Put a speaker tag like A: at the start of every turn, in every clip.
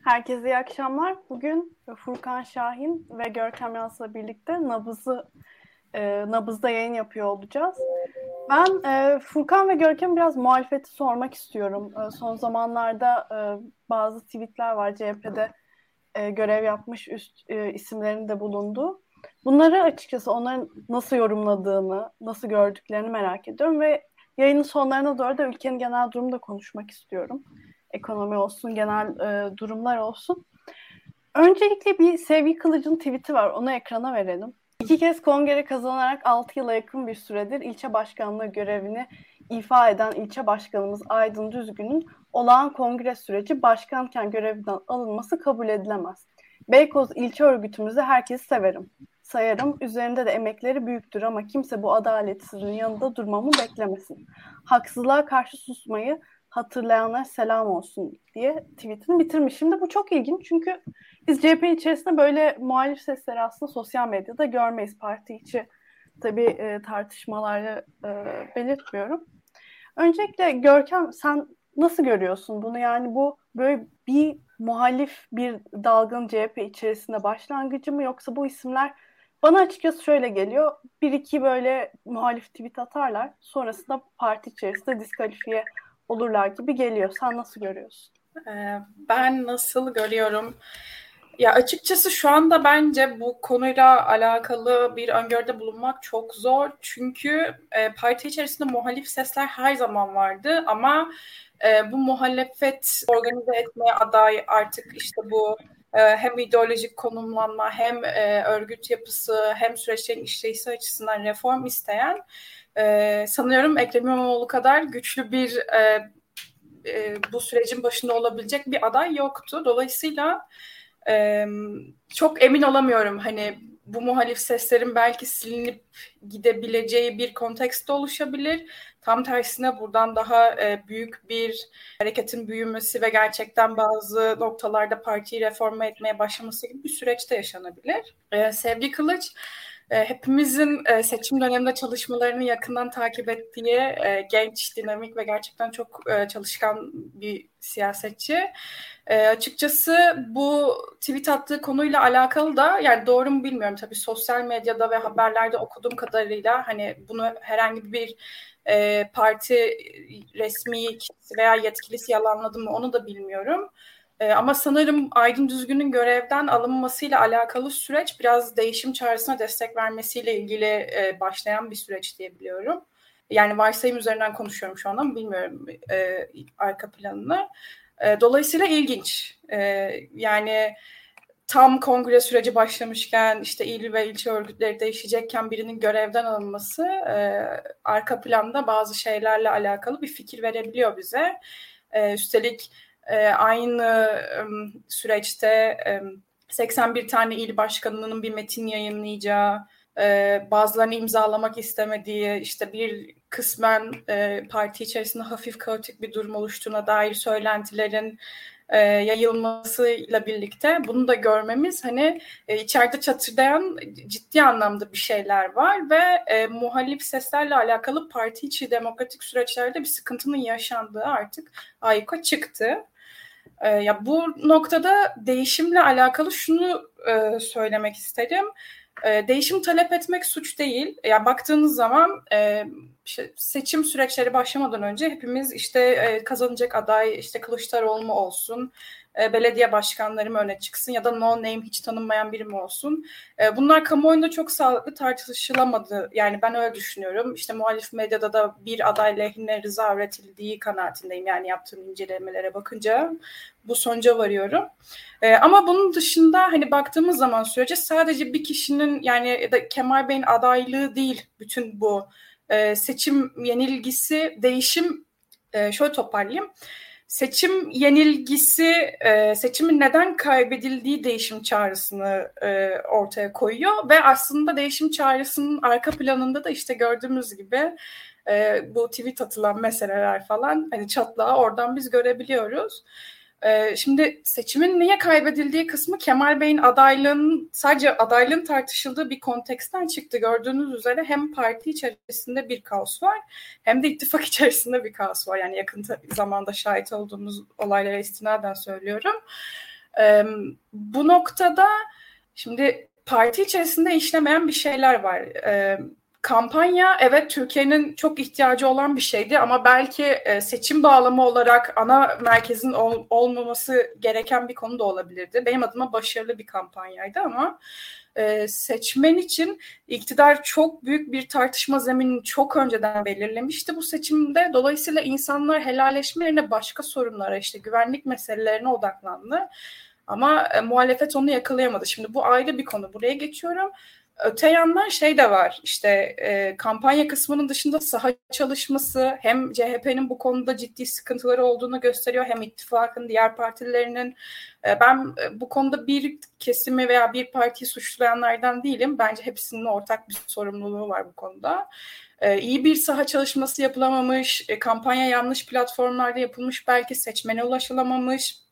A: Herkese iyi akşamlar. Bugün Furkan Şahin ve Görkem Yalçın'la birlikte Nabız'da yayın yapıyor olacağız. Ben Furkan ve Görkem'e biraz muhalefeti sormak istiyorum. Son zamanlarda bazı tweetler var CHP'de görev yapmış üst isimlerin de bulunduğu. Bunları açıkçası onların nasıl yorumladığını, nasıl gördüklerini merak ediyorum ve yayının sonlarına doğru da ülkenin genel durumunu da konuşmak istiyorum. Ekonomi olsun, genel durumlar olsun. Öncelikle bir Sevgi Kılıç'ın tweet'i var. Onu ekrana verelim. 2 kez kongre kazanarak 6 yıla yakın bir süredir ilçe başkanlığı görevini ifa eden ilçe başkanımız Aydın Düzgün'ün olağan kongre süreci başkanken görevinden alınması kabul edilemez. Beykoz ilçe örgütümüzde herkesi severim. Sayarım. Üzerinde de emekleri büyüktür ama kimse bu adaletsizliğin yanında durmamı beklemesin. Haksızlığa karşı susmayı hatırlayanlara selam olsun diye tweetini bitirmiş. Şimdi bu çok ilginç çünkü biz CHP içerisinde böyle muhalif sesleri aslında sosyal medyada görmeyiz. Parti içi tabii tartışmaları belirtmiyorum. Öncelikle Görkem sen nasıl görüyorsun bunu? Yani bu böyle bir muhalif bir dalganın CHP içerisinde başlangıcı mı yoksa bu isimler bana açıkçası şöyle geliyor. Bir iki böyle muhalif tweet atarlar. Sonrasında parti içerisinde diskalifiye olurlar gibi geliyor. Sen nasıl görüyorsun?
B: Ben nasıl görüyorum? Ya açıkçası şu anda bence bu konuyla alakalı bir öngörüde bulunmak çok zor. Çünkü parti içerisinde muhalif sesler her zaman vardı ama bu muhalefet organize etmeye aday artık işte bu hem ideolojik konumlanma hem örgüt yapısı hem süreçlerin işleyişi açısından reform isteyen sanıyorum Ekrem İmamoğlu kadar güçlü bir bu sürecin başında olabilecek bir aday yoktu. Dolayısıyla çok emin olamıyorum hani bu muhalif seslerin belki silinip gidebileceği bir kontekst oluşabilir. Tam tersine buradan daha büyük bir hareketin büyümesi ve gerçekten bazı noktalarda partiyi reforme etmeye başlaması gibi bir süreçte yaşanabilir. Sevgi Kılıç hepimizin seçim döneminde çalışmalarını yakından takip ettiği genç, dinamik ve gerçekten çok çalışkan bir siyasetçi. Açıkçası bu tweet attığı konuyla alakalı da yani doğru mu bilmiyorum tabii sosyal medyada ve haberlerde okuduğum kadarıyla hani bunu herhangi bir parti resmi veya yetkilisi yalanladı mı onu da bilmiyorum. Ama sanırım Aydın Düzgün'ün görevden alınmasıyla alakalı süreç biraz değişim çağrısına destek vermesiyle ilgili başlayan bir süreç diye biliyorum. Yani varsayım üzerinden konuşuyorum şu anda ama bilmiyorum arka planını. Dolayısıyla ilginç. Yani tam kongre süreci başlamışken işte il ve ilçe örgütleri değişecekken birinin görevden alınması arka planda bazı şeylerle alakalı bir fikir verebiliyor bize. Üstelik aynı süreçte 81 tane il başkanının bir metin yayınlayacağı, bazılarını imzalamak istemediği, işte bir kısmen parti içerisinde hafif kaotik bir durum oluştuğuna dair söylentilerin yayılmasıyla birlikte bunu da görmemiz hani içeride çatırdayan ciddi anlamda bir şeyler var ve muhalif seslerle alakalı parti içi demokratik süreçlerde bir sıkıntının yaşandığı artık ayyuka çıktı. Ya bu noktada değişimle alakalı şunu söylemek isterim. Değişim talep etmek suç değil. Yani baktığınız zaman seçim süreçleri başlamadan önce hepimiz işte kazanacak aday işte Kılıçdaroğlu mu olsun, belediye başkanları mı öne çıksın ya da no name hiç tanınmayan biri mi olsun. Bunlar kamuoyunda çok sağlıklı tartışılamadı. Yani ben öyle düşünüyorum. İşte muhalif medyada da bir aday lehine rıza üretildiği kanaatindeyim. Yani yaptığım incelemelere bakınca bu sonuca varıyorum. Ama bunun dışında hani baktığımız zaman sürece sadece bir kişinin yani ya da Kemal Bey'in adaylığı değil bütün bu seçim yenilgisi, değişim şöyle toparlayayım. Seçim yenilgisi, seçimin neden kaybedildiği değişim çağrısını ortaya koyuyor ve aslında değişim çağrısının arka planında da işte gördüğümüz gibi bu tweet atılan meseleler falan hani çatlağı oradan biz görebiliyoruz. Şimdi seçimin niye kaybedildiği kısmı Kemal Bey'in sadece adaylığın tartışıldığı bir konteksten çıktı. Gördüğünüz üzere hem parti içerisinde bir kaos var hem de ittifak içerisinde bir kaos var. Yani yakın zamanda şahit olduğumuz olaylara istinaden söylüyorum. Bu noktada şimdi parti içerisinde işlemeyen bir şeyler var. Kampanya evet Türkiye'nin çok ihtiyacı olan bir şeydi ama belki seçim bağlamı olarak ana merkezin olmaması gereken bir konu da olabilirdi. Benim adıma başarılı bir kampanyaydı ama seçmen için iktidar çok büyük bir tartışma zeminini çok önceden belirlemişti bu seçimde. Dolayısıyla insanlar helalleşme yerine başka sorunlara, işte güvenlik meselelerine odaklandı. Ama muhalefet onu yakalayamadı. Şimdi bu ayrı bir konu. Buraya geçiyorum. Öte yandan şey de var, işte kampanya kısmının dışında saha çalışması hem CHP'nin bu konuda ciddi sıkıntıları olduğunu gösteriyor hem ittifakın diğer partilerinin. Ben bu konuda bir kesimi veya bir partiyi suçlayanlardan değilim. Bence hepsinin ortak bir sorumluluğu var bu konuda. İyi bir saha çalışması yapılamamış, kampanya yanlış platformlarda yapılmış, belki seçmene ulaşılamamış.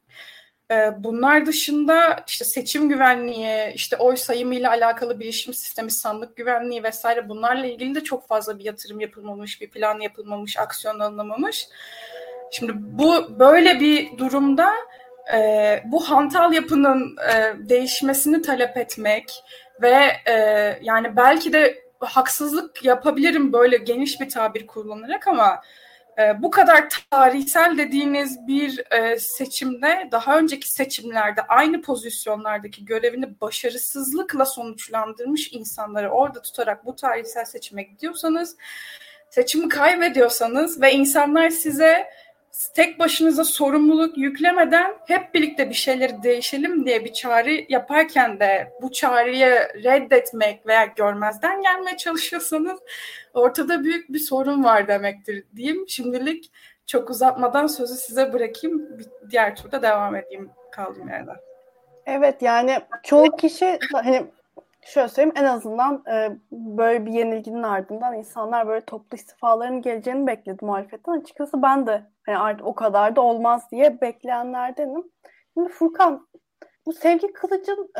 B: Bunlar dışında işte seçim güvenliği, işte oy sayımıyla alakalı bilişim sistemi, sandık güvenliği vesaire bunlarla ilgili de çok fazla bir yatırım yapılmamış, bir plan yapılmamış, aksiyon alınamamış. Şimdi bu böyle bir durumda bu hantal yapının değişmesini talep etmek ve yani belki de haksızlık yapabilirim böyle geniş bir tabir kullanarak ama bu kadar tarihsel dediğiniz bir seçimde daha önceki seçimlerde aynı pozisyonlardaki görevini başarısızlıkla sonuçlandırmış insanları orada tutarak bu tarihsel seçime gidiyorsanız, seçimi kaybediyorsanız ve insanlar size tek başınıza sorumluluk yüklemeden hep birlikte bir şeyleri değişelim diye bir çağrı yaparken de bu çağrıyı reddetmek veya görmezden gelmeye çalışıyorsanız ortada büyük bir sorun var demektir diyeyim. Şimdilik çok uzatmadan sözü size bırakayım. Diğer turda devam edeyim kaldığım yerden.
A: Evet, yani çoğu kişi hani şöyle söyleyeyim, en azından böyle bir yenilginin ardından insanlar böyle toplu istifaların geleceğini bekledi muhalefetten. Açıkçası ben de hani artık o kadar da olmaz diye bekleyenlerdenim. Şimdi Furkan, bu Sevgi Kılıç'ın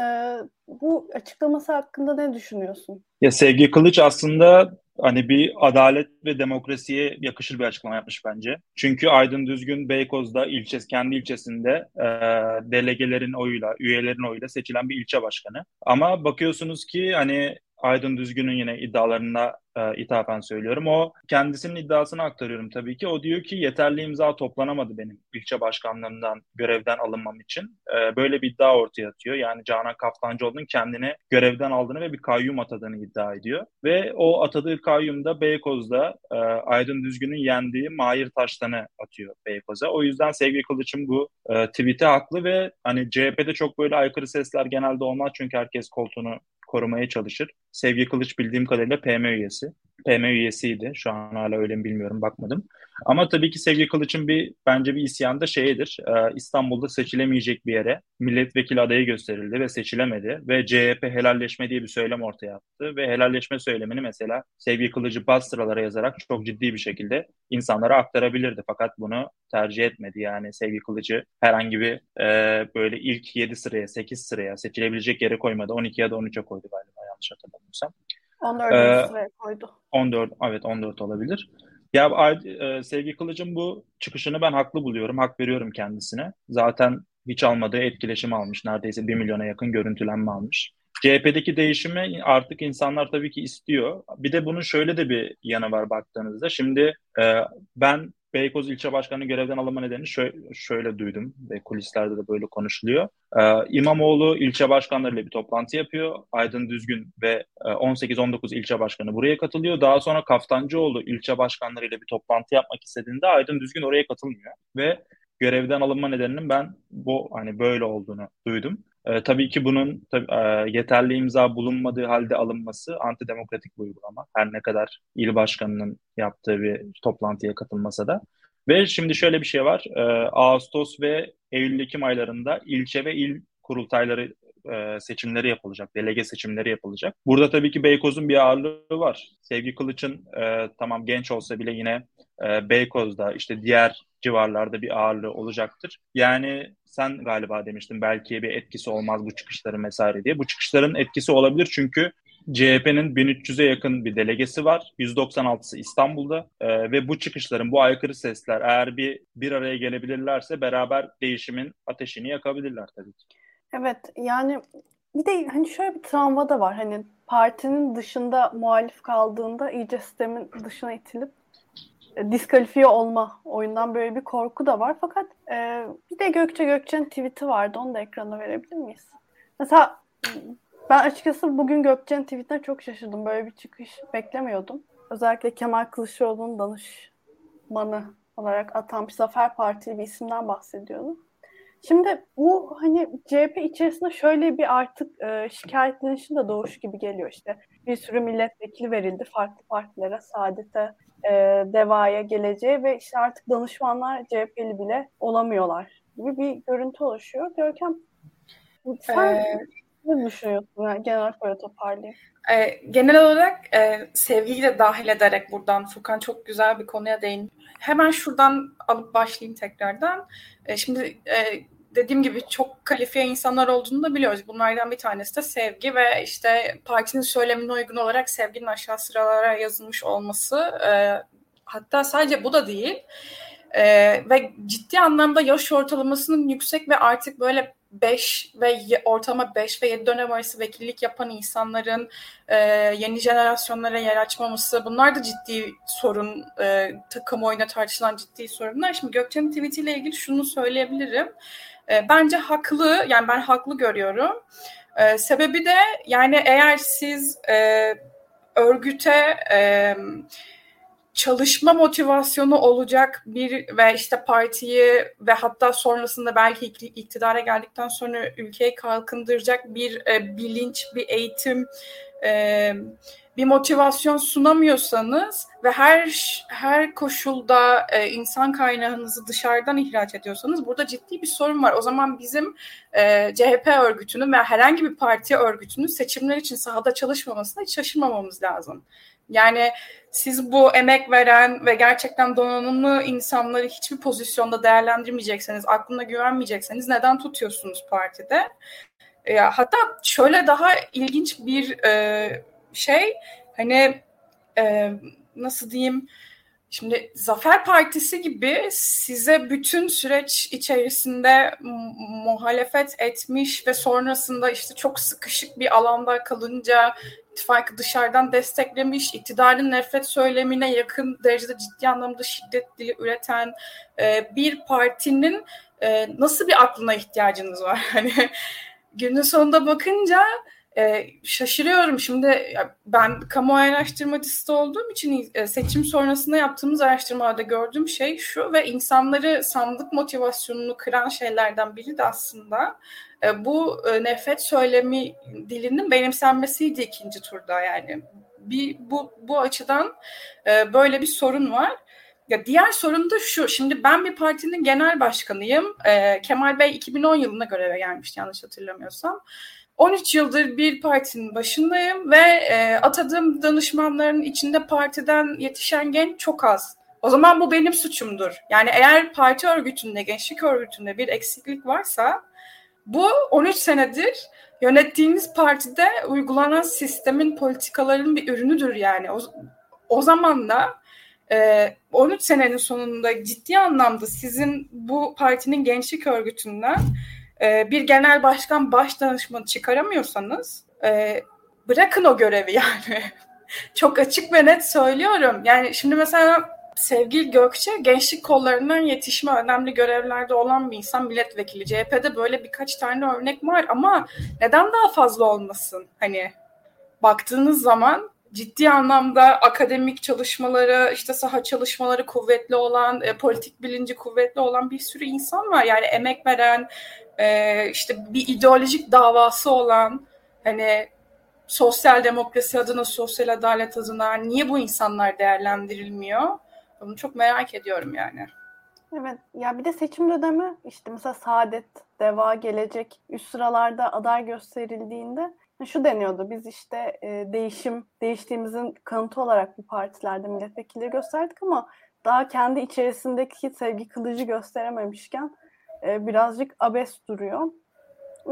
A: bu açıklaması hakkında ne düşünüyorsun?
C: Ya Sevgi Kılıç aslında hani bir adalet ve demokrasiye yakışır bir açıklama yapmış bence. Çünkü Aydın Düzgün Beykoz'da kendi ilçesinde delegelerin oyuyla, üyelerin oyuyla seçilen bir ilçe başkanı. Ama bakıyorsunuz ki hani Aydın Düzgün'ün yine iddialarına ithafen söylüyorum. O kendisinin iddiasını aktarıyorum tabii ki. O diyor ki yeterli imza toplanamadı benim ilçe başkanlarından görevden alınmam için. Böyle bir iddia ortaya atıyor. Yani Canan Kaftancıoğlu'nun kendini görevden aldığını ve bir kayyum atadığını iddia ediyor. Ve o atadığı kayyum da Beykoz'da Aydın Düzgün'ün yendiği Mahir Taştan'ı atıyor Beykoz'a. O yüzden Sevgi Kılıç'ın bu tweet'i haklı ve hani CHP'de çok böyle aykırı sesler genelde olmaz çünkü herkes koltuğunu korumaya çalışır. Sevgi Kılıç bildiğim kadarıyla PM üyesi. PM üyesiydi. Şu an hala öyle mi bilmiyorum, bakmadım. Ama tabii ki Sevgi Kılıç'ın bence bir isyanı da şeyidir. İstanbul'da seçilemeyecek bir yere milletvekili adayı gösterildi ve seçilemedi. Ve CHP helalleşme diye bir söylem ortaya attı. Ve helalleşme söylemini mesela Sevgi Kılıç'ı baz sıralara yazarak çok ciddi bir şekilde insanlara aktarabilirdi. Fakat bunu tercih etmedi. Yani Sevgi Kılıç'ı herhangi bir böyle ilk 7 sıraya, 8 sıraya seçilebilecek yere koymadı. 12 ya da 13'e koydu galiba, yanlış hatırlamıyorsam.
A: 14. sıraya koydu.
C: 14, evet 14 olabilir. Ya Sevgi Kılıç'ın bu çıkışını ben haklı buluyorum. Hak veriyorum kendisine. Zaten hiç almadığı etkileşimi almış. Neredeyse 1 milyona yakın görüntülenme almış. CHP'deki değişimi artık insanlar tabii ki istiyor. Bir de bunun şöyle de bir yanı var baktığınızda. Şimdi ben Beykoz İlçe Başkanı görevden alınma nedenini şöyle duydum ve kulislerde de böyle konuşuluyor. İmamoğlu ilçe başkanlarıyla bir toplantı yapıyor. Aydın Düzgün ve 18-19 ilçe başkanı buraya katılıyor. Daha sonra Kaftancıoğlu ilçe başkanlarıyla bir toplantı yapmak istediğinde Aydın Düzgün oraya katılmıyor. Ve görevden alınma nedeninin ben bu hani böyle olduğunu duydum. Tabii ki bunun yeterli imza bulunmadığı halde alınması antidemokratik bir uygulama. Her ne kadar il başkanının yaptığı bir toplantıya katılmasa da. Ve şimdi şöyle bir şey var. Ağustos ve Eylül-Ekim aylarında ilçe ve il kurultayları seçimleri yapılacak. Delege seçimleri yapılacak. Burada tabii ki Beykoz'un bir ağırlığı var. Sevgi Kılıç'ın tamam genç olsa bile yine Beykoz'da işte diğer civarlarda bir ağırlığı olacaktır. Yani sen galiba demiştin belki bir etkisi olmaz bu çıkışların vesaire diye. Bu çıkışların etkisi olabilir çünkü CHP'nin 1300'e yakın bir delegesi var. 196'sı İstanbul'da. Ve bu çıkışların, bu aykırı sesler eğer bir araya gelebilirlerse beraber değişimin ateşini yakabilirler tabii ki.
A: Evet, yani bir de hani şöyle bir travma da var. Hani partinin dışında muhalif kaldığında iyice sistemin dışına itilip diskalifiye olma oyundan, böyle bir korku da var. Fakat bir de Gökçe'nin tweet'i vardı. Onu da ekrana verebilir miyiz? Mesela ben açıkçası bugün Gökçe'nin tweetine çok şaşırdım. Böyle bir çıkış beklemiyordum. Özellikle Kemal Kılıçdaroğlu'nun danışmanı olarak atanmış Zafer Partili bir isimden bahsediyordu. Şimdi bu hani CHP içerisinde şöyle bir artık şikayetlenişin de doğuş gibi geliyor işte. Bir sürü milletvekili verildi farklı partilere, Saadet'e, Deva'ya, Geleceğe ve işte artık danışmanlar CHP'li bile olamıyorlar gibi bir görüntü oluşuyor. Görkem, sen ne düşünüyorsun? Yani genel böyle toparlayayım.
B: Genel olarak sevgiyi de dahil ederek buradan Furkan çok güzel bir konuya değindi. Hemen şuradan alıp başlayayım tekrardan. Şimdi dediğim gibi çok kalifiye insanlar olduğunu da biliyoruz. Bunlardan bir tanesi de Sevgi ve işte partinin söylemine uygun olarak Sevgi'nin aşağı sıralara yazılmış olması. Hatta sadece bu da değil. Ve ciddi anlamda yaş ortalamasının yüksek ve artık böyle 5 ve ortalama 5 ve 7 dönem arası vekillik yapan insanların yeni jenerasyonlara yer açmaması, bunlar da ciddi sorun, kamuoyuna tartışılan ciddi sorunlar. Şimdi Gökçe'nin tweetiyle ilgili şunu söyleyebilirim. Bence haklı, yani ben haklı görüyorum. Sebebi de yani eğer siz örgüte çalışma motivasyonu olacak bir ve işte partiyi ve hatta sonrasında belki iktidara geldikten sonra ülkeyi kalkındıracak bir bilinç, bir eğitim, bir motivasyon sunamıyorsanız ve her koşulda insan kaynağınızı dışarıdan ihraç ediyorsanız burada ciddi bir sorun var. O zaman bizim CHP örgütünün veya herhangi bir parti örgütünün seçimler için sahada çalışmamasına hiç şaşırmamamız lazım. Yani siz bu emek veren ve gerçekten donanımlı insanları hiçbir pozisyonda değerlendirmeyecekseniz, aklına güvenmeyecekseniz neden tutuyorsunuz partide? Hatta şöyle daha ilginç bir şey, hani nasıl diyeyim, şimdi Zafer Partisi gibi size bütün süreç içerisinde muhalefet etmiş ve sonrasında işte çok sıkışık bir alanda kalınca ittifakı dışarıdan desteklemiş, iktidarın nefret söylemine yakın derecede ciddi anlamda şiddet dili üreten bir partinin nasıl bir aklına ihtiyacınız var? Hani günün sonunda bakınca şaşırıyorum. Şimdi ben kamuoyu araştırmacısı olduğum için seçim sonrasında yaptığımız araştırmalarda gördüğüm şey şu ve insanları sandık motivasyonunu kıran şeylerden biri de aslında bu nefret söylemi dilinin benimsenmesiydi ikinci turda. Yani bu açıdan böyle bir sorun var. Ya diğer sorun da şu. Şimdi ben bir partinin genel başkanıyım. Kemal Bey 2010 yılında göreve gelmişti yanlış hatırlamıyorsam. 13 yıldır bir partinin başındayım ve atadığım danışmanların içinde partiden yetişen genç çok az. O zaman bu benim suçumdur. Yani eğer parti örgütünde, gençlik örgütünde bir eksiklik varsa bu 13 senedir yönettiğiniz partide uygulanan sistemin, politikaların bir ürünüdür yani. O zaman da 13 senenin sonunda ciddi anlamda sizin bu partinin gençlik örgütünden bir genel başkan baş danışmanı çıkaramıyorsanız bırakın o görevi yani. Çok açık ve net söylüyorum. Yani şimdi mesela Sevgili Gökçe gençlik kollarından yetişme önemli görevlerde olan bir insan, milletvekili. CHP'de böyle birkaç tane örnek var ama neden daha fazla olmasın? Hani baktığınız zaman ciddi anlamda akademik çalışmaları, işte saha çalışmaları kuvvetli olan, politik bilinci kuvvetli olan bir sürü insan var. Yani emek veren, işte bir ideolojik davası olan, hani sosyal demokrasi adına, sosyal adalet adına niye bu insanlar değerlendirilmiyor? Bunu çok merak ediyorum yani.
A: Evet, ya bir de seçim dönemi işte mesela Saadet, Deva, Gelecek üst sıralarda aday gösterildiğinde şu deniyordu: biz işte değiştiğimizin kanıtı olarak bu partilerde milletvekilleri gösterdik ama daha kendi içerisindeki Sevgi Kılıcı gösterememişken birazcık abes duruyor. Mesela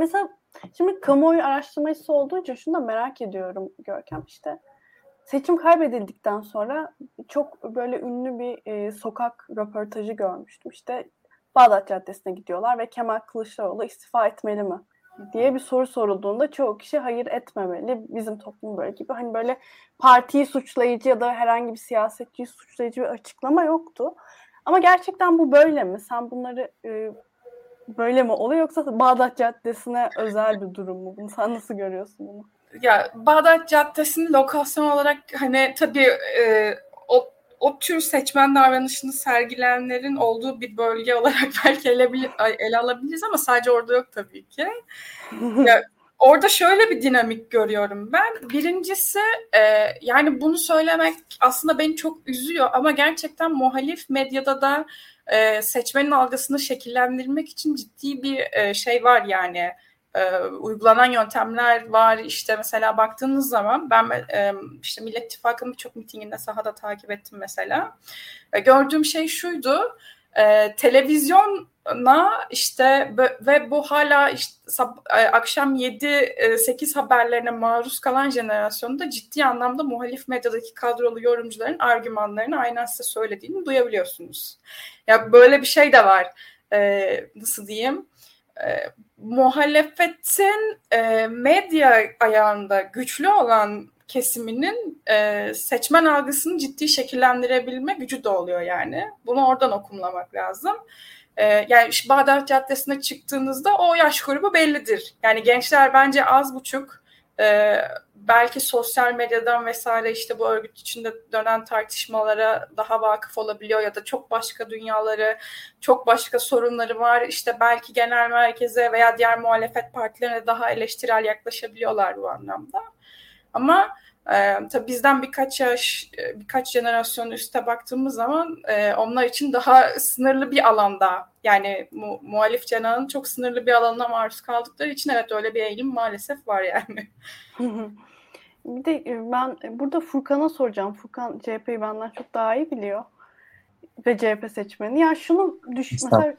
A: Şimdi kamuoyu araştırmacısı olduğu için şunu da merak ediyorum Görkem. İşte seçim kaybedildikten sonra çok böyle ünlü bir sokak röportajı görmüştüm. İşte Bağdat Caddesi'ne gidiyorlar ve Kemal Kılıçdaroğlu istifa etmeli mi diye bir soru sorulduğunda çoğu kişi hayır etmemeli. Bizim toplum böyle gibi. Hani böyle partiyi suçlayıcı ya da herhangi bir siyasetçiyi suçlayıcı bir açıklama yoktu. Ama gerçekten bu böyle mi? Sen bunları böyle mi oluyor yoksa Bağdat Caddesi'ne özel bir durum mu? Bunu sen nasıl görüyorsun bunu?
B: Ya Bağdat Caddesi'nin lokasyon olarak hani tabii o tür seçmen davranışını sergileyenlerin olduğu bir bölge olarak belki ele alabiliriz ama sadece orada yok tabii ki. Ya, orada şöyle bir dinamik görüyorum ben. Birincisi yani bunu söylemek aslında beni çok üzüyor ama gerçekten muhalif medyada da seçmenin algısını şekillendirmek için ciddi bir şey var yani. Uygulanan yöntemler var. İşte mesela baktığınız zaman ben işte Millet İttifakı'nın birçok mitinginde sahada takip ettim mesela. Gördüğüm şey şuydu. Televizyona işte ve bu hala işte akşam 7-8 haberlerine maruz kalan jenerasyonda ciddi anlamda muhalif medyadaki kadrolu yorumcuların argümanlarını aynen size söylediğini duyabiliyorsunuz. Ya böyle bir şey de var. Nasıl diyeyim? Muhalefetin medya ayağında güçlü olan kesiminin seçmen algısını ciddi şekillendirebilme gücü de oluyor yani. Bunu oradan okumlamak lazım. Yani Bağdat Caddesi'ne çıktığınızda o yaş grubu bellidir. Yani gençler bence az buçuk belki sosyal medyadan vesaire işte bu örgüt içinde dönen tartışmalara daha vakıf olabiliyor ya da çok başka dünyaları, çok başka sorunları var. İşte belki genel merkeze veya diğer muhalefet partilerine daha eleştirel yaklaşabiliyorlar bu anlamda. Ama tabii bizden birkaç jenerasyon üste baktığımız zaman onlar için daha sınırlı bir alanda yani muhalif cenahın çok sınırlı bir alanına maruz kaldıkları için evet öyle bir eğilim maalesef var yani.
A: Bir de ben burada Furkan'a soracağım. Furkan CHP'yi benden çok daha iyi biliyor. Ve CHP seçmeni. Ya şunu mesela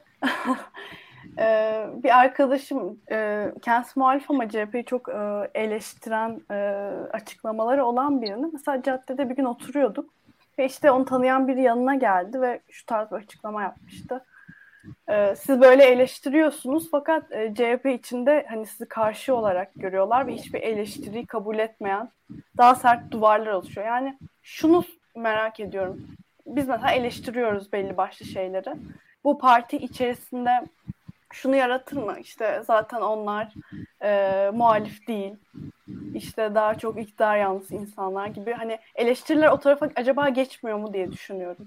A: bir arkadaşım kendisi muhalif ama CHP'yi çok eleştiren açıklamaları olan birini. Mesela caddede bir gün oturuyorduk. Ve işte onu tanıyan biri yanına geldi ve şu tarz bir açıklama yapmıştı. Siz böyle eleştiriyorsunuz fakat CHP içinde hani sizi karşı olarak görüyorlar ve hiçbir eleştiriyi kabul etmeyen daha sert duvarlar oluşuyor. Yani şunu merak ediyorum. Biz mesela eleştiriyoruz belli başlı şeyleri. Bu parti içerisinde şunu yaratır mı? İşte zaten onlar muhalif değil. İşte daha çok iktidar yanlısı insanlar gibi. Hani eleştiriler o tarafa acaba geçmiyor mu diye düşünüyorum.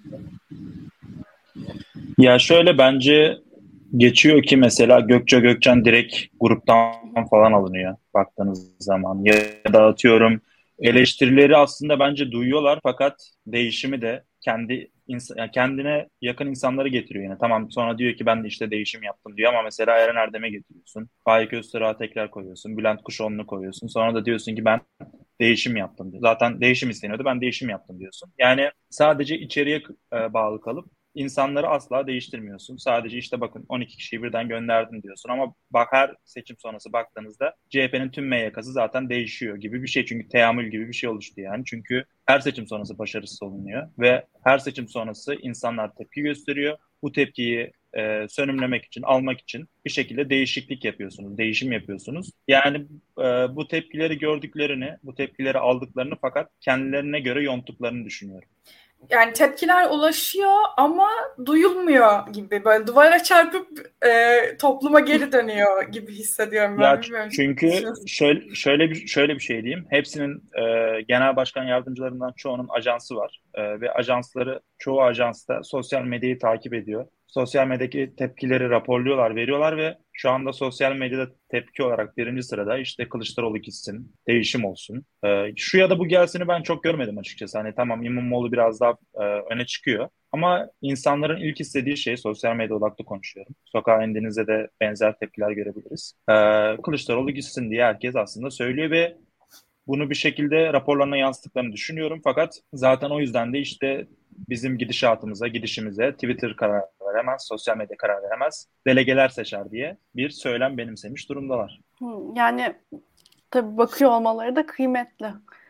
C: Ya şöyle bence geçiyor ki mesela Gökçe Gökçen direkt gruptan falan alınıyor baktığınız zaman. Ya da atıyorum eleştirileri aslında bence duyuyorlar fakat değişimi de yani kendine yakın insanları getiriyor yine. Tamam sonra diyor ki ben de işte değişim yaptım diyor ama mesela Eren Erdem'e getiriyorsun. Faik Öztürk'ü tekrar koyuyorsun. Bülent Kuşoğlu'nu koyuyorsun. Sonra da diyorsun ki ben değişim yaptım diyor. Zaten değişim isteniyordu ben değişim yaptım diyorsun. Yani sadece içeriye bağlı kalıp İnsanları asla değiştirmiyorsun. Sadece işte bakın 12 kişiyi birden gönderdim diyorsun ama bak her seçim sonrası baktığınızda CHP'nin tüm MYK'sı zaten değişiyor gibi bir şey. Çünkü teamül gibi bir şey oluştu yani. Çünkü her seçim sonrası başarısız olunuyor ve her seçim sonrası insanlar tepki gösteriyor. Bu tepkiyi sönümlemek için, almak için bir şekilde değişiklik yapıyorsunuz, değişim yapıyorsunuz. Yani bu tepkileri gördüklerini, bu tepkileri aldıklarını fakat kendilerine göre yonttuklarını düşünüyorum.
B: Yani tepkiler ulaşıyor ama duyulmuyor gibi. Böyle duvara çarpıp topluma geri dönüyor gibi hissediyorum.
C: Ya çünkü şöyle bir şey diyeyim. Hepsinin genel başkan yardımcılarından çoğunun ajansı var. Ve çoğu ajansta sosyal medyayı takip ediyor. Sosyal medyadaki tepkileri raporluyorlar, veriyorlar ve şu anda sosyal medyada tepki olarak birinci sırada işte Kılıçdaroğlu gitsin, değişim olsun. Şu ya da bu gelsini ben çok görmedim açıkçası. Hani tamam İmamoğlu biraz daha öne çıkıyor. Ama insanların ilk istediği şey sosyal medya odaklı konuşuyorum. Sokağa indiğinizde de benzer tepkiler görebiliriz. Kılıçdaroğlu gitsin diye herkes aslında söylüyor ve bunu bir şekilde raporlarına yansıttıklarını düşünüyorum. Fakat zaten o yüzden de işte bizim gidişimize Twitter karar veremez, sosyal medya karar veremez, delegeler seçer diye bir söylem benimsemiş durumdalar.
A: Yani tabii bakıyor olmaları da kıymetli.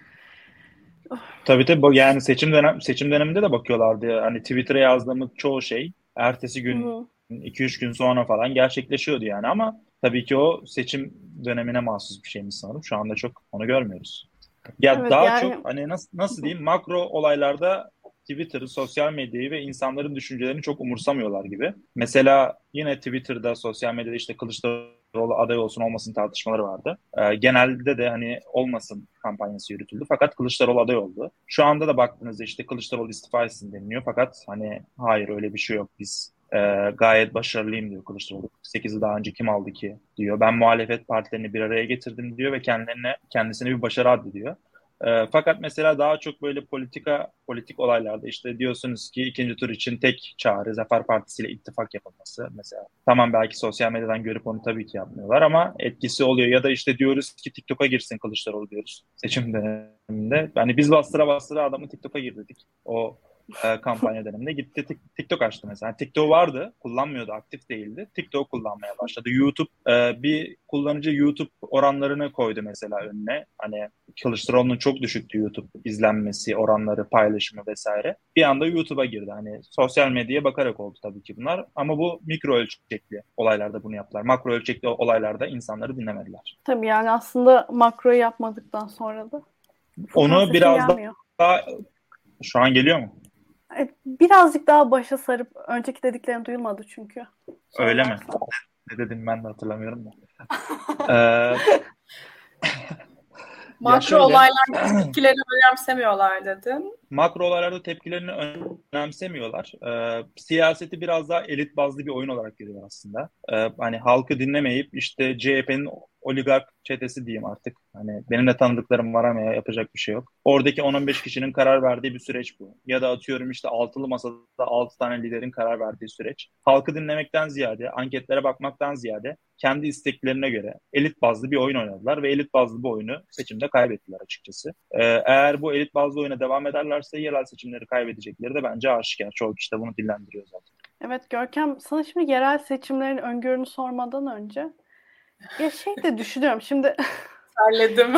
C: Tabii yani seçim döneminde de bakıyorlardı. Hani Twitter'a yazdığımız çoğu şey ertesi gün 2-3 gün sonra falan gerçekleşiyordu yani, ama tabii ki o seçim dönemine mahsus bir şeymiş sanırım. Şu anda çok onu görmüyoruz. Ya
A: Evet,
C: daha
A: yani
C: çok hani nasıl diyeyim, makro olaylarda Twitter'ı, sosyal medyayı ve insanların düşüncelerini çok umursamıyorlar gibi. Mesela yine Twitter'da, sosyal medyada işte Kılıçdaroğlu aday olsun olmasın tartışmaları vardı. Genelde de hani olmasın kampanyası yürütüldü. Fakat Kılıçdaroğlu aday oldu. Şu anda da baktığınızda işte Kılıçdaroğlu istifa etsin deniliyor. Fakat hani hayır, öyle bir şey yok. Biz gayet başarılıyım diyor Kılıçdaroğlu. 8'i daha önce kim aldı ki diyor. Ben muhalefet partilerini bir araya getirdim diyor ve kendisine bir başarı addediyor. Fakat mesela daha çok böyle politik olaylarda işte diyorsunuz ki ikinci tur için tek çare Zafer Partisi ile ittifak yapılması mesela. Tamam, belki sosyal medyadan görüp onu tabii ki yapmıyorlar ama etkisi oluyor. Ya da işte diyoruz ki TikTok'a girsin Kılıçdaroğlu diyoruz seçim döneminde. Yani biz bastıra bastıra adamı TikTok'a girdik. O kampanya döneminde gitti TikTok açtı mesela. Yani TikTok vardı, kullanmıyordu, aktif değildi. TikTok kullanmaya başladı. YouTube bir kullanıcı YouTube oranlarını koydu mesela önüne. Hani Kılıçdaroğlu'nun çok düşüktü YouTube izlenmesi, oranları, paylaşımı vesaire. Bir anda YouTube'a girdi. Hani sosyal medyaya bakarak oldu tabii ki bunlar. Ama bu mikro ölçekli olaylarda bunu yaptılar. Makro ölçekli olaylarda insanları dinlemediler.
A: tabii yani aslında makroyu yapmadıktan sonra da Furkan
C: Onu
A: sesin
C: biraz
A: gelmiyor.
C: daha şu an geliyor mu?
A: Birazcık daha başa sarıp önceki dediklerim duyulmadı çünkü.
C: Öyle mi?
A: Söylersen.
C: Ne dedim ben de hatırlamıyorum da. Ee, ya
B: Makro
C: şöyle
B: olaylarda tepkilerini önemsemiyorlar dedin.
C: makro olaylarda tepkilerini önemsemiyorlar. Siyaseti biraz daha elit bazlı bir oyun olarak görüyor aslında. Hani halkı dinlemeyip işte CHP'nin oligark çetesi diyeyim artık. Hani benim de tanıdıklarım var ama yapacak bir şey yok. Oradaki 10-15 kişinin karar verdiği bir süreç bu. Ya da atıyorum işte altılı masada 6 tane liderin karar verdiği süreç. Halkı dinlemekten ziyade, anketlere bakmaktan ziyade kendi isteklerine göre elit bazlı bir oyun oynadılar ve elit bazlı bu oyunu seçimde kaybettiler açıkçası. Eğer bu elit bazlı oyuna devam ederlerse yerel seçimleri kaybedecekleri de bence aşikar. Çoğu kişi de bunu dillendiriyor zaten.
A: Evet Görkem, sana şimdi yerel seçimlerin öngörünü sormadan önce ya şey de düşünüyorum şimdi
B: Terledim.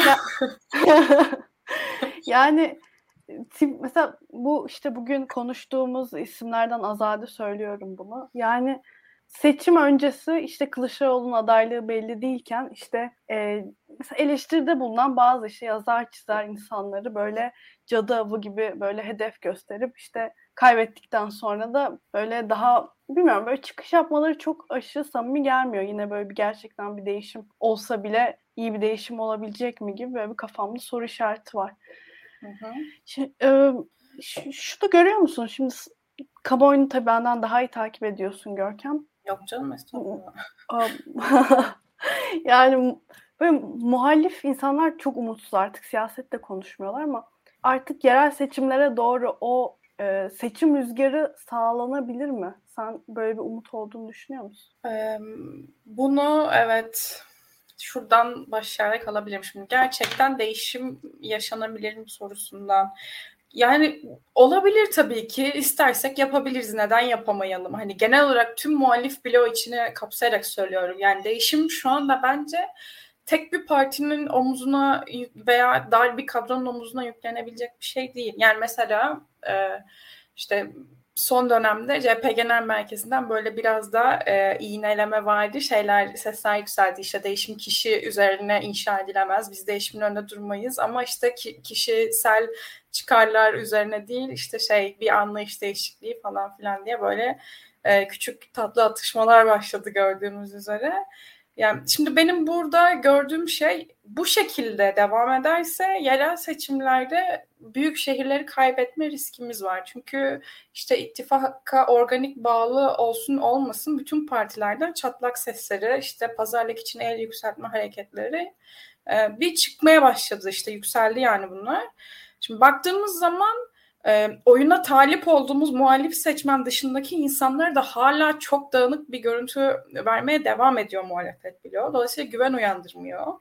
A: yani mesela bu işte bugün konuştuğumuz isimlerden Azade söylüyorum bunu. Yani seçim öncesi işte Kılıçdaroğlu'nun adaylığı belli değilken işte mesela eleştiride bulunan bazı işte yazar çizer insanları böyle cadı avı gibi böyle hedef gösterip işte kaybettikten sonra da böyle daha bilmiyorum böyle çıkış yapmaları çok aşırı samimi gelmiyor. Yine böyle bir gerçekten bir değişim olsa bile iyi bir değişim olabilecek mi gibi böyle bir kafamda soru işareti var.
B: Hı hı.
A: Şunu görüyor musun? Şimdi kamuoyunu tabii benden daha iyi takip ediyorsun Görkem.
B: Yok canım, estağfurullah.
A: Yani böyle muhalif insanlar çok umutsuz, artık siyasette konuşmuyorlar ama artık yerel seçimlere doğru o seçim rüzgarı sağlanabilir mi? Sen böyle bir umut olduğunu düşünüyor musun?
B: Bunu evet, şuradan başlayarak alabilirim. Şimdi gerçekten değişim yaşanabilir mi sorusundan. Yani olabilir tabii ki. İstersek yapabiliriz. Neden yapamayalım? Hani genel olarak tüm muhalif bloğu içine kapsayarak söylüyorum. Yani değişim şu anda bence tek bir partinin omuzuna veya dar bir kadronun omuzuna yüklenebilecek bir şey değil. Yani mesela işte son dönemde CHP Genel Merkezi'nden böyle biraz da iğneleme vardı. Sesler yükseldi. İşte değişim kişi üzerine inşa edilemez. Biz değişimin önünde durmayız. Ama işte kişisel çıkarlar üzerine değil, işte bir anlayış değişikliği falan filan diye böyle küçük tatlı atışmalar başladı gördüğümüz üzere. Yani şimdi benim burada gördüğüm şey, bu şekilde devam ederse yerel seçimlerde büyük şehirleri kaybetme riskimiz var. Çünkü işte ittifaka organik bağlı olsun olmasın bütün partilerden çatlak sesleri, işte pazarlık için el yükseltme hareketleri bir çıkmaya başladı, işte yükseldi yani bunlar. Şimdi baktığımız zaman oyuna talip olduğumuz muhalif seçmen dışındaki insanlara da hala çok dağınık bir görüntü vermeye devam ediyor muhalefet bloğu. Dolayısıyla güven uyandırmıyor.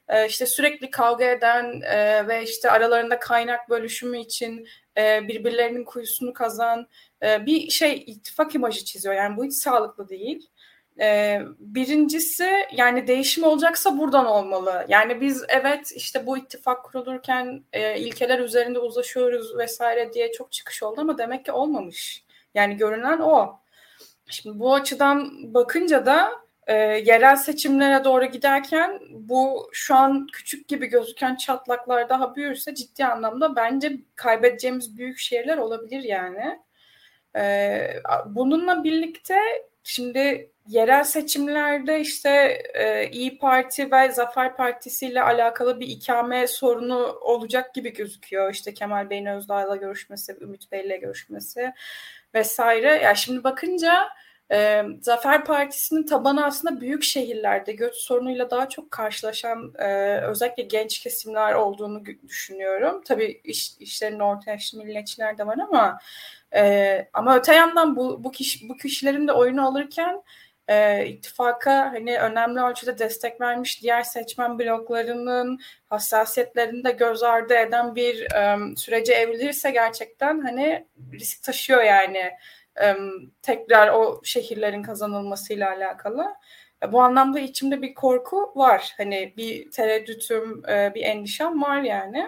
B: işte sürekli kavga eden ve işte aralarında kaynak bölüşümü için birbirlerinin kuyusunu kazan bir ittifak imajı çiziyor. Yani bu hiç sağlıklı değil. Birincisi, yani değişim olacaksa buradan olmalı. Yani biz evet işte bu ittifak kurulurken ilkeler üzerinde uzlaşıyoruz vesaire diye çok çıkış oldu ama demek ki olmamış. Yani görünen o. Şimdi bu açıdan bakınca da yerel seçimlere doğru giderken bu şu an küçük gibi gözüken çatlaklar daha büyürse ciddi anlamda bence kaybedeceğimiz büyük şehirler olabilir yani. Bununla birlikte şimdi yerel seçimlerde işte İyi Parti ve Zafer Partisi ile alakalı bir ikame sorunu olacak gibi gözüküyor. İşte Kemal Bey'in Özdağ'la görüşmesi, Ümit Bey'le görüşmesi vesaire. Yani şimdi bakınca Zafer Partisi'nin tabanı aslında büyük şehirlerde göç sorunuyla daha çok karşılaşan özellikle genç kesimler olduğunu düşünüyorum. Tabii işlerin orta yaşlı milliyetçiler de var ama öte yandan bu kişilerin de oyunu alırken ittifaka hani önemli ölçüde destek vermiş diğer seçmen bloklarının hassasiyetlerini de göz ardı eden bir sürece evrilirse gerçekten hani risk taşıyor yani tekrar o şehirlerin kazanılmasıyla alakalı. Bu anlamda içimde bir korku var. Hani bir tereddütüm, bir endişem var yani.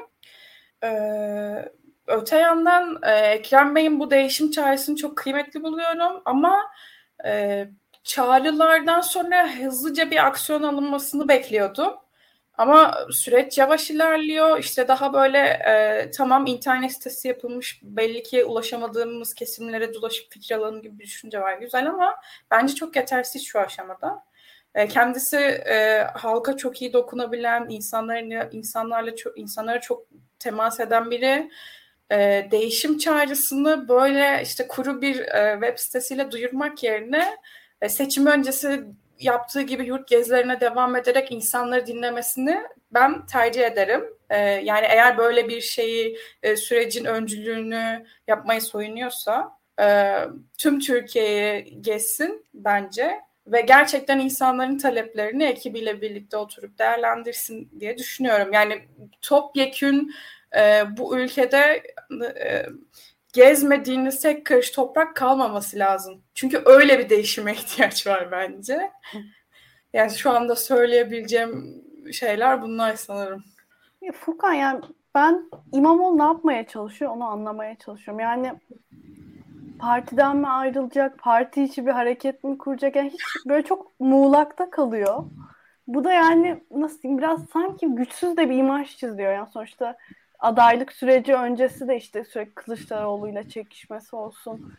B: Öte yandan Ekrem Bey'in bu değişim çağrısını çok kıymetli buluyorum ama çağrılardan sonra hızlıca bir aksiyon alınmasını bekliyordum. Ama süreç yavaş ilerliyor. İşte daha böyle tamam internet sitesi yapılmış, belli ki ulaşamadığımız kesimlere dolaşıp fikir alalım gibi bir düşünce var. Güzel ama bence çok yetersiz şu aşamada. Kendisi halka çok iyi dokunabilen, insanlara çok temas eden biri. Değişim çağrısını böyle işte kuru bir web sitesiyle duyurmak yerine seçim öncesi yaptığı gibi yurt gezilerine devam ederek insanları dinlemesini ben tercih ederim. Yani eğer böyle bir şeyi sürecin öncülüğünü yapmayı soyunuyorsa tüm Türkiye'yi gezsin bence ve gerçekten insanların taleplerini ekibiyle birlikte oturup değerlendirsin diye düşünüyorum. Yani topyekün bu ülkede gezmediğiniz tek karış toprak kalmaması lazım. Çünkü öyle bir değişime ihtiyaç var bence. Yani şu anda söyleyebileceğim şeyler bunlar sanırım.
A: Furkan, yani ben İmamoğlu ne yapmaya çalışıyor onu anlamaya çalışıyorum. Yani partiden mi ayrılacak, parti içi bir hareket mi kuracak? Yani hiç böyle çok muğlakta kalıyor. Bu da yani nasıl diyeyim, biraz sanki güçsüz de bir imaj çiziyor. Yani sonuçta adaylık süreci öncesi de işte sürekli Kılıçdaroğlu'yla çekişmesi olsun.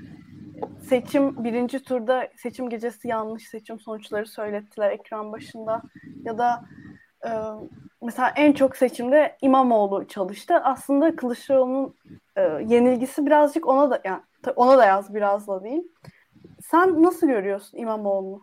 A: Birinci turda seçim gecesi yanlış seçim sonuçları söylettiler ekran başında. Ya da e, mesela en çok seçimde İmamoğlu çalıştı. Aslında Kılıçdaroğlu'nun yenilgisi birazcık ona da, yani ona da yaz, biraz da değil. Sen nasıl görüyorsun İmamoğlu'nu?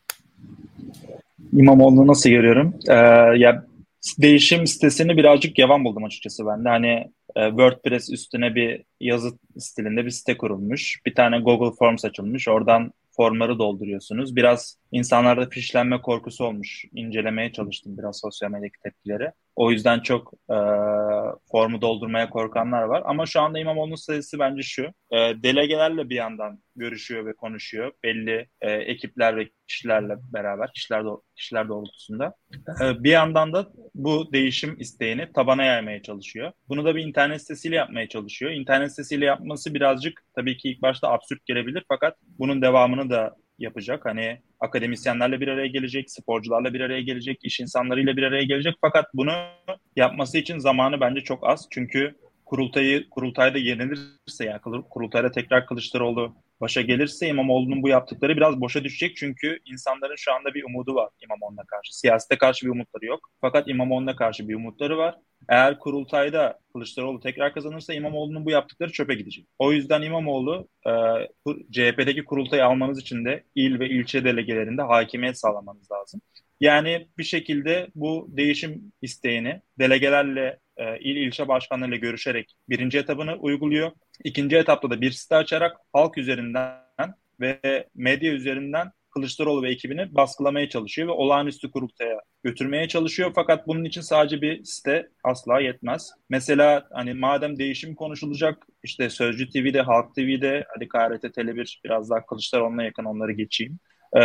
C: İmamoğlu'nu nasıl görüyorum? Ya değişim sitesini birazcık yavan buldum açıkçası ben de. Hani WordPress üstüne bir yazı stilinde bir site kurulmuş. Bir tane Google Forms açılmış. Oradan formları dolduruyorsunuz. Biraz insanlarda fişlenme korkusu olmuş. İncelemeye çalıştım biraz sosyal medyadaki tepkileri. O yüzden çok formu doldurmaya korkanlar var. Ama şu anda İmamoğlu'nun sayısı bence şu. Delegelerle bir yandan görüşüyor ve konuşuyor. Belli ekipler ve kişilerle beraber, kişiler doğrultusunda. Bir yandan da bu değişim isteğini tabana yaymaya çalışıyor. Bunu da bir internet sitesiyle yapmaya çalışıyor. İnternet sitesiyle yapması birazcık tabii ki ilk başta absürt gelebilir fakat bunun devamını da yapacak. Hani akademisyenlerle bir araya gelecek, sporcularla bir araya gelecek, iş insanlarıyla bir araya gelecek. Fakat bunu yapması için zamanı bence çok az. Çünkü kurultayda yenilirse, yani kurultayda tekrar Kılıçdaroğlu başa gelirse İmamoğlu'nun bu yaptıkları biraz boşa düşecek. Çünkü insanların şu anda bir umudu var İmamoğlu'na karşı. Siyasete karşı bir umutları yok. Fakat İmamoğlu'na karşı bir umutları var. Eğer kurultayda Kılıçdaroğlu tekrar kazanırsa İmamoğlu'nun bu yaptıkları çöpe gidecek. O yüzden İmamoğlu CHP'deki kurultayı almanız için de il ve ilçe delegelerinde hakimiyet sağlamanız lazım. Yani bir şekilde bu değişim isteğini delegelerle, il ilçe başkanlarıyla görüşerek birinci etabını uyguluyor. İkinci etapta da bir site açarak halk üzerinden ve medya üzerinden Kılıçdaroğlu ve ekibini baskılamaya çalışıyor ve olağanüstü kurultaya götürmeye çalışıyor. Fakat bunun için sadece bir site asla yetmez. Mesela hani madem değişim konuşulacak, işte Sözcü TV'de, Halk TV'de, hadi KRT Tele1 biraz daha Kılıçdaroğlu'na yakın, onları geçeyim.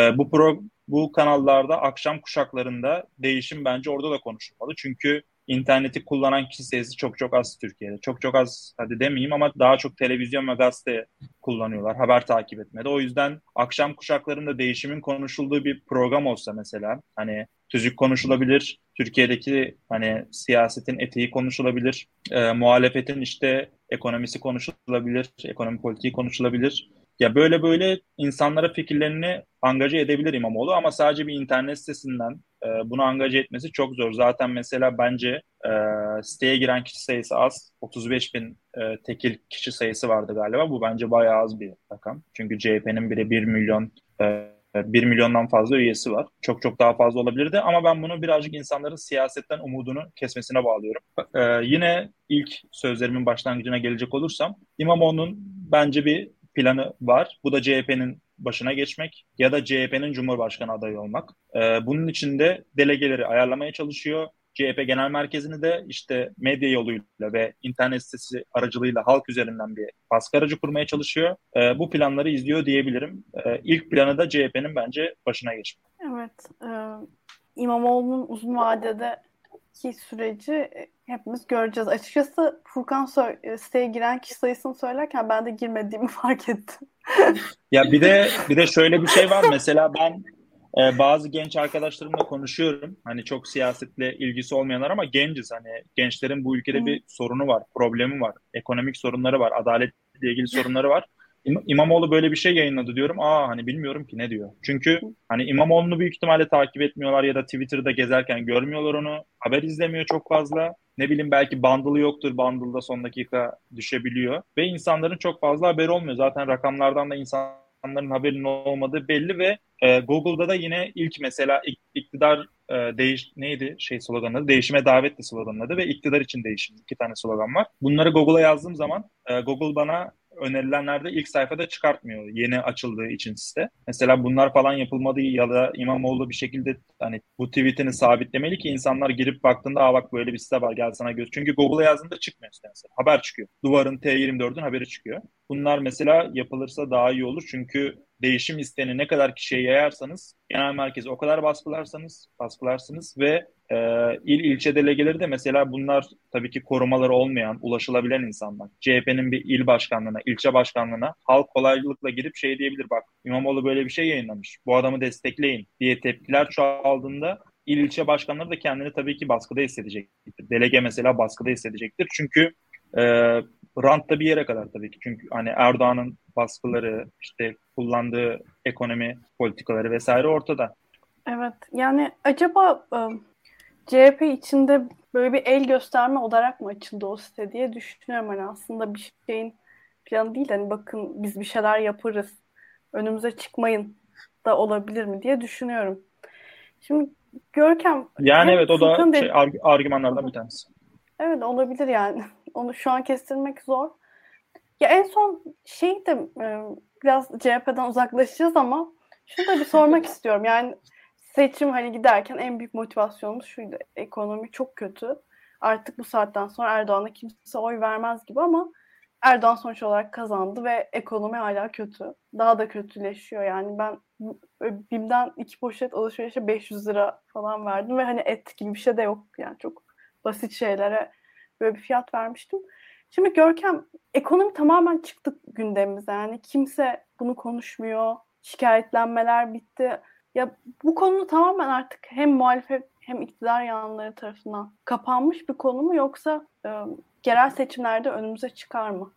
C: Bu kanallarda akşam kuşaklarında değişim bence orada da konuşulmalı. Çünkü interneti kullanan kişi sayısı çok çok az Türkiye'de. Çok çok az hadi demeyeyim ama daha çok televizyon ve gazete kullanıyorlar haber takip etmede. O yüzden akşam kuşaklarında değişimin konuşulduğu bir program olsa mesela, hani tüzük konuşulabilir, Türkiye'deki hani siyasetin etiği konuşulabilir, muhalefetin işte ekonomisi konuşulabilir, ekonomi politiği konuşulabilir. Ya böyle böyle insanlara fikirlerini angaje edebilir İmamoğlu ama sadece bir internet sitesinden bunu angaje etmesi çok zor. Zaten mesela bence siteye giren kişi sayısı az. 35 bin tekil kişi sayısı vardı galiba. Bu bence bayağı az bir rakam. Çünkü CHP'nin bile 1 milyon 1 milyondan fazla üyesi var. Çok çok daha fazla olabilirdi ama ben bunu birazcık insanların siyasetten umudunu kesmesine bağlıyorum. Yine ilk sözlerimin başlangıcına gelecek olursam, İmamoğlu'nun bence bir planı var. Bu da CHP'nin başına geçmek ya da CHP'nin Cumhurbaşkanı adayı olmak. Bunun için de delegeleri ayarlamaya çalışıyor. CHP Genel Merkezi'ni de işte medya yoluyla ve internet sitesi aracılığıyla halk üzerinden bir baskı aracı kurmaya çalışıyor. Bu planları izliyor diyebilirim. İlk planı da CHP'nin bence başına geçmek.
A: Evet. İmamoğlu'nun uzun vadedeki süreci hepimiz göreceğiz. Açıkçası Furkan siteye giren kişi sayısını söylerken ben de girmediğimi fark ettim.
C: Ya bir de şöyle bir şey var. Mesela ben bazı genç arkadaşlarımla konuşuyorum. Hani çok siyasetle ilgisi olmayanlar ama genciz. Hani gençlerin bu ülkede bir sorunu var, problemi var, ekonomik sorunları var, adaletle ilgili sorunları var. İmamoğlu böyle bir şey yayınladı diyorum. Hani bilmiyorum ki ne diyor. Çünkü hani İmamoğlu'nu büyük ihtimalle takip etmiyorlar ya da Twitter'da gezerken görmüyorlar onu. Haber izlemiyor çok fazla. Ne bileyim, belki bundle'ı yoktur. Bundle'da son dakika düşebiliyor. Ve insanların çok fazla haberi olmuyor. Zaten rakamlardan da insanların haberinin olmadığı belli ve Google'da da yine ilk mesela iktidar neydi sloganı? Değişime davetli sloganın adı ve iktidar için değişim. 2 tane slogan var. Bunları Google'a yazdığım zaman Google bana önerilenlerde ilk sayfada çıkartmıyor, yeni açıldığı için site. Mesela bunlar falan yapılmadı ya da İmamoğlu bir şekilde hani bu tweetini sabitlemeli ki insanlar girip baktığında bak böyle bir site var, gel sana göz. Çünkü Google'a yazdığında çıkmıyor site mesela. Haber çıkıyor. Duvar'ın T24'ün haberi çıkıyor. Bunlar mesela yapılırsa daha iyi olur. Çünkü değişim isteğini ne kadar kişiye yayarsanız, genel merkezi o kadar baskılarsınız ve il ilçe delegeleri de mesela bunlar tabii ki korumaları olmayan, ulaşılabilen insanlar. CHP'nin bir il başkanlığına, ilçe başkanlığına halk kolaylıkla girip şey diyebilir, bak İmamoğlu böyle bir şey yayınlamış, bu adamı destekleyin diye tepkiler çoğaldığında il ilçe başkanları da kendini tabii ki baskıda hissedecektir. Delege mesela baskıda hissedecektir. Çünkü e, rant da bir yere kadar tabii ki. Çünkü hani Erdoğan'ın baskıları, işte kullandığı ekonomi politikaları vesaire ortada.
A: Evet. Yani acaba CHP içinde böyle bir el gösterme olarak mı açıldı o site diye düşünüyorum. Hani aslında bir şeyin planı değil. Hani bakın biz bir şeyler yaparız, önümüze çıkmayın da olabilir mi diye düşünüyorum. Şimdi Görkem
C: Yani
A: hem
C: evet, o da
A: Furkan
C: argümanlardan bir tanesi.
A: evet olabilir yani. Onu şu an kestirmek zor. Ya en son şey de biraz CHP'den uzaklaşacağız ama şunu da bir sormak istiyorum. Yani seçim hani giderken en büyük motivasyonumuz şuydu. Ekonomi çok kötü. Artık bu saatten sonra Erdoğan'a kimse oy vermez gibi ama Erdoğan sonuç olarak kazandı ve ekonomi hala kötü. Daha da kötüleşiyor yani. Ben BİM'den 2 poşet alışverişe 500 lira falan verdim ve hani et gibi bir şey de yok. Yani çok basit şeylere böyle bir fiyat vermiştim. Şimdi Görkem, ekonomi tamamen çıktı gündemimize. Yani kimse bunu konuşmuyor. Şikayetlenmeler bitti. Ya bu konu tamamen artık hem muhalefet hem iktidar yanlıları tarafından kapanmış bir konu mu yoksa yerel seçimlerde önümüze çıkar mı?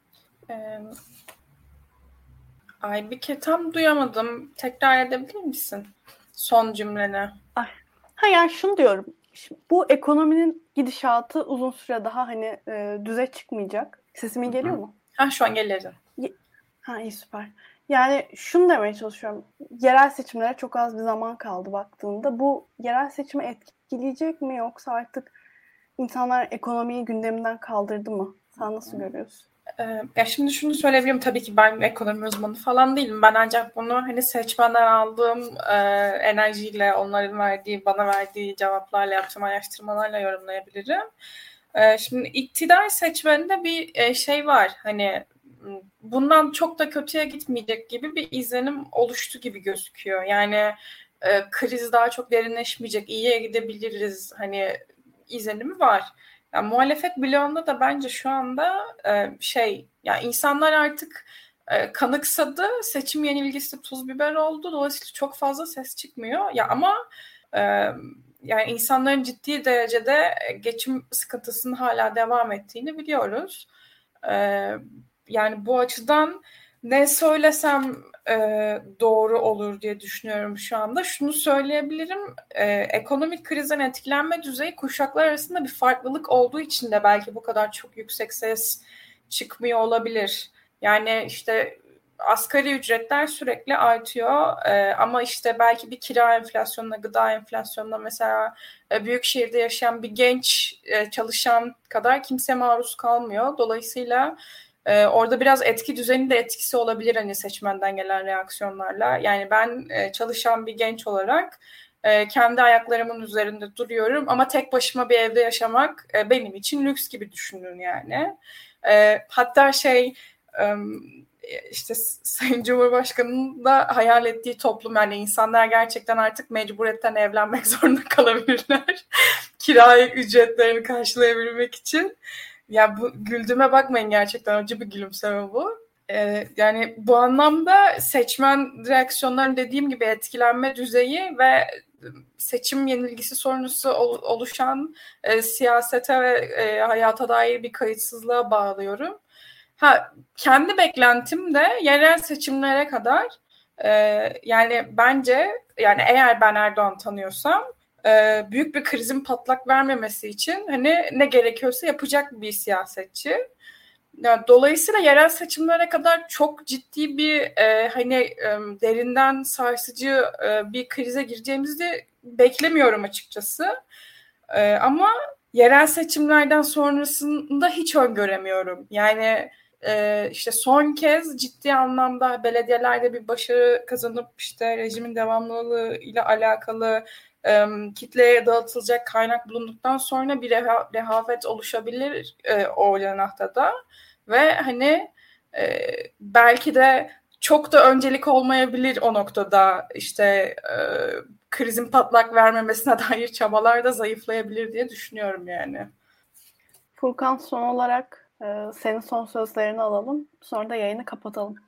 B: Aybike, tam duyamadım. Tekrar edebilir misin son cümleni?
A: Yani şunu diyorum. Şimdi bu ekonominin gidişatı uzun süre daha hani düze çıkmayacak. Sesimin geliyor mu?
B: Şu an gelirim.
A: İyi, süper. Yani şunu demeye çalışıyorum. Yerel seçimlere çok az bir zaman kaldı baktığında. Bu yerel seçimi etkileyecek mi yoksa artık insanlar ekonomiyi gündeminden kaldırdı mı? Sen nasıl görüyorsun?
B: Ya şimdi şunu söyleyebilirim, tabii ki ben ekonomi uzmanı falan değilim. Ben ancak bunu hani seçmenden aldığım enerjiyle, onların bana verdiği cevaplarla, yaptığım araştırmalarla yorumlayabilirim. Şimdi iktidar seçmeninde bir şey var. Hani bundan çok da kötüye gitmeyecek gibi bir izlenim oluştu gibi gözüküyor. Yani kriz daha çok derinleşmeyecek, iyiye gidebiliriz hani izlenimi var. Yani muhalefet bloğunda da bence şu anda yani insanlar artık kanıksadı, seçim yenilgisi tuz biber oldu. Dolayısıyla çok fazla ses çıkmıyor. Ya ama e, yani insanların ciddi derecede geçim sıkıntısının hala devam ettiğini biliyoruz. Yani bu açıdan ne söylesem doğru olur diye düşünüyorum şu anda. Şunu söyleyebilirim, ekonomik krizden etkilenme düzeyi kuşaklar arasında bir farklılık olduğu için de belki bu kadar çok yüksek ses çıkmıyor olabilir. Yani işte asgari ücretler sürekli artıyor ama işte belki bir kira enflasyonuna, gıda enflasyonuna mesela büyük şehirde yaşayan bir genç çalışan kadar kimse maruz kalmıyor. Dolayısıyla orada biraz etki düzeni de etkisi olabilir hani seçmenden gelen reaksiyonlarla. Yani ben çalışan bir genç olarak kendi ayaklarımın üzerinde duruyorum ama tek başıma bir evde yaşamak benim için lüks gibi düşünün yani. Hatta işte Sayın Cumhurbaşkanı'nın da hayal ettiği toplum, yani insanlar gerçekten artık mecburiyetten evlenmek zorunda kalabilirler. Kira ücretlerini karşılayabilmek için. Ya bu güldüğüme bakmayın, gerçekten acı bir gülümseme bu. Yani bu anlamda seçmen reaksiyonların dediğim gibi etkilenme düzeyi ve seçim yenilgisi sonrası oluşan siyasete ve hayata dair bir kayıtsızlığa bağlıyorum. Kendi beklentim de yerel seçimlere kadar yani bence, yani eğer ben Erdoğan tanıyorsam büyük bir krizin patlak vermemesi için hani ne gerekiyorsa yapacak bir siyasetçi. Yani dolayısıyla yerel seçimlere kadar çok ciddi bir derinden sarsıcı bir krize gireceğimizi beklemiyorum açıkçası. Ama yerel seçimlerden sonrasında hiç öngöremiyorum. Yani işte son kez ciddi anlamda belediyelerde bir başarı kazanıp işte rejimin devamlılığı ile alakalı kitleye dağıtılacak kaynak bulunduktan sonra bir rehavet oluşabilir o yanakta ve hani belki de çok da öncelik olmayabilir o noktada, işte krizin patlak vermemesine dair çabalar da zayıflayabilir diye düşünüyorum yani.
A: Furkan, son olarak senin son sözlerini alalım. Sonra da yayını kapatalım.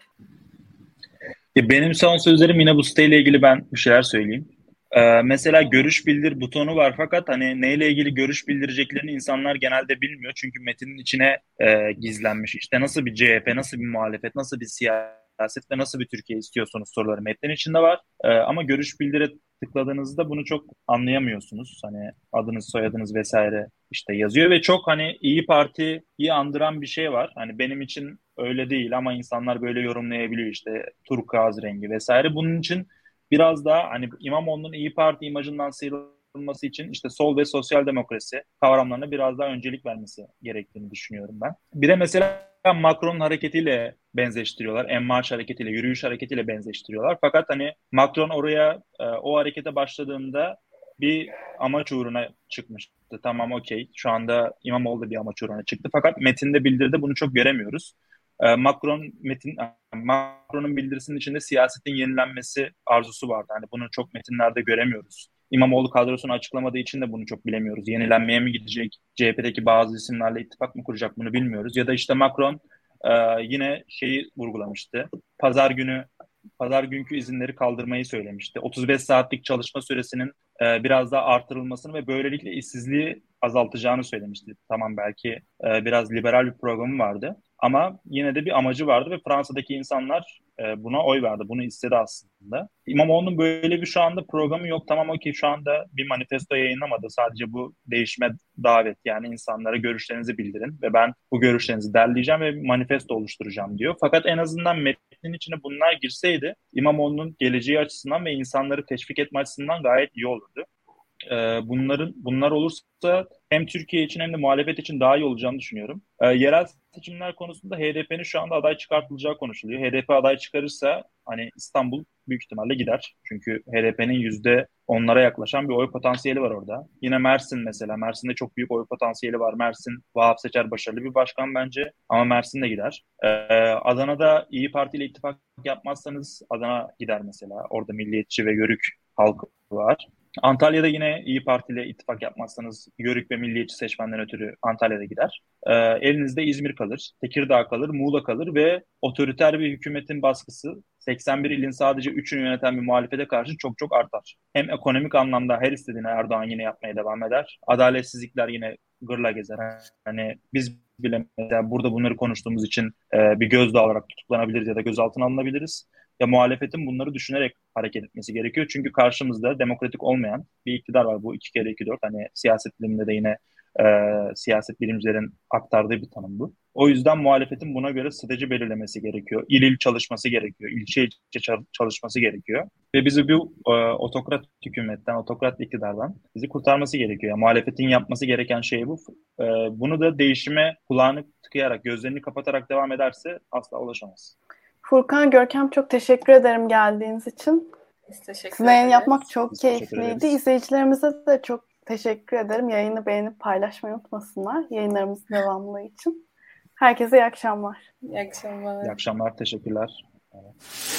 C: Benim son sözlerim yine bu siteyle ilgili, ben bir şeyler söyleyeyim. Mesela görüş bildir butonu var fakat hani neyle ilgili görüş bildireceklerini insanlar genelde bilmiyor. Çünkü metinin içine gizlenmiş. İşte nasıl bir CHP, nasıl bir muhalefet, nasıl bir siyaset ve nasıl bir Türkiye istiyorsunuz soruları metnin içinde var. Ama görüş bildire tıkladığınızda bunu çok anlayamıyorsunuz. Hani adınız, soyadınız vesaire işte yazıyor ve çok hani İyi Parti'yi andıran bir şey var. Hani benim için öyle değil ama insanlar böyle yorumlayabiliyor, işte turkuaz rengi vesaire. Bunun için biraz daha hani İmamoğlu'nun İyi Parti imajından sıyrılması için işte sol ve sosyal demokrasi kavramlarına biraz daha öncelik vermesi gerektiğini düşünüyorum ben. Bir de mesela Macron'un hareketiyle benzeştiriyorlar. En Marş hareketiyle, yürüyüş hareketiyle benzeştiriyorlar. Fakat hani Macron oraya o harekete başladığında bir amaç uğruna çıkmıştı. Tamam, okey. Şu anda İmamoğlu da bir amaç uğruna çıktı. Fakat metinde, bildiride bunu çok göremiyoruz. Macron'un bildirisinin içinde siyasetin yenilenmesi arzusu vardı. Hani bunu çok metinlerde göremiyoruz. İmamoğlu kadrosunu açıklamadığı için de bunu çok bilemiyoruz. Yenilenmeye mi gidecek? CHP'deki bazı isimlerle ittifak mı kuracak, bunu bilmiyoruz. Ya da işte Macron yine şeyi vurgulamıştı. Pazar günkü izinleri kaldırmayı söylemişti. 35 saatlik çalışma süresinin biraz daha artırılmasını ve böylelikle işsizliği azaltacağını söylemişti. Tamam, belki biraz liberal bir programı vardı. Ama yine de bir amacı vardı ve Fransa'daki insanlar buna oy verdi. Bunu istedi aslında. İmamoğlu'nun böyle bir şu anda programı yok. Tamam, okey, şu anda bir manifesto yayınlamadı. Sadece bu değişime davet, yani insanlara görüşlerinizi bildirin ve ben bu görüşlerinizi derleyeceğim ve manifesto oluşturacağım diyor. Fakat en azından metnin içine bunlar girseydi İmamoğlu'nun geleceği açısından ve insanları teşvik etme açısından gayet iyi olurdu. bunlar olursa hem Türkiye için hem de muhalefet için daha iyi olacağını düşünüyorum. Yerel seçimler konusunda HDP'nin şu anda aday çıkartılacağı konuşuluyor. HDP aday çıkarırsa hani İstanbul büyük ihtimalle gider. Çünkü HDP'nin %10'lara yaklaşan bir oy potansiyeli var orada. Yine Mersin mesela. Mersin'de çok büyük oy potansiyeli var. Mersin, Vahap Seçer başarılı bir başkan bence. Ama Mersin de gider. Adana'da İyi Parti ile ittifak yapmazsanız Adana gider mesela. Orada Milliyetçi ve Yörük halkı var. Antalya'da yine İyi Parti ile ittifak yapmazsanız Yörük ve Milliyetçi seçmenden ötürü Antalya'da gider. Elinizde İzmir kalır, Tekirdağ kalır, Muğla kalır ve otoriter bir hükümetin baskısı 81 ilin sadece 3'ünü yöneten bir muhalefete karşı çok çok artar. Hem ekonomik anlamda her istediğini Erdoğan yine yapmaya devam eder. Adaletsizlikler yine gırla gezer. Hani biz bile mesela burada bunları konuştuğumuz için bir gözdağı olarak tutuklanabiliriz ya da gözaltına alınabiliriz. Ya muhalefetin bunları düşünerek hareket etmesi gerekiyor. Çünkü karşımızda demokratik olmayan bir iktidar var. Bu 2 kere 2 4. Hani siyaset biliminde de yine siyaset bilimcilerin aktardığı bir tanım bu. O yüzden muhalefetin buna göre strateji belirlemesi gerekiyor. İl il çalışması gerekiyor. İlçe ilçe çalışması gerekiyor. Ve bizi bu otokrat hükümetten, otokrat iktidardan bizi kurtarması gerekiyor. Yani muhalefetin yapması gereken şey bu. Bunu da değişime kulağını tıkayarak, gözlerini kapatarak devam ederse asla ulaşamaz.
A: Furkan, Görkem, çok teşekkür ederim geldiğiniz için.
B: Biz teşekkür
A: Sizinle yayın
B: ederiz.
A: yapmak çok
C: Biz teşekkür
A: keyifliydi.
C: ederiz.
A: İzleyicilerimize de çok teşekkür ederim. Yayını beğenip paylaşmayı unutmasınlar. Yayınlarımızın devamlılığı için. Herkese iyi akşamlar.
B: İyi akşamlar.
C: İyi akşamlar, teşekkürler. Evet.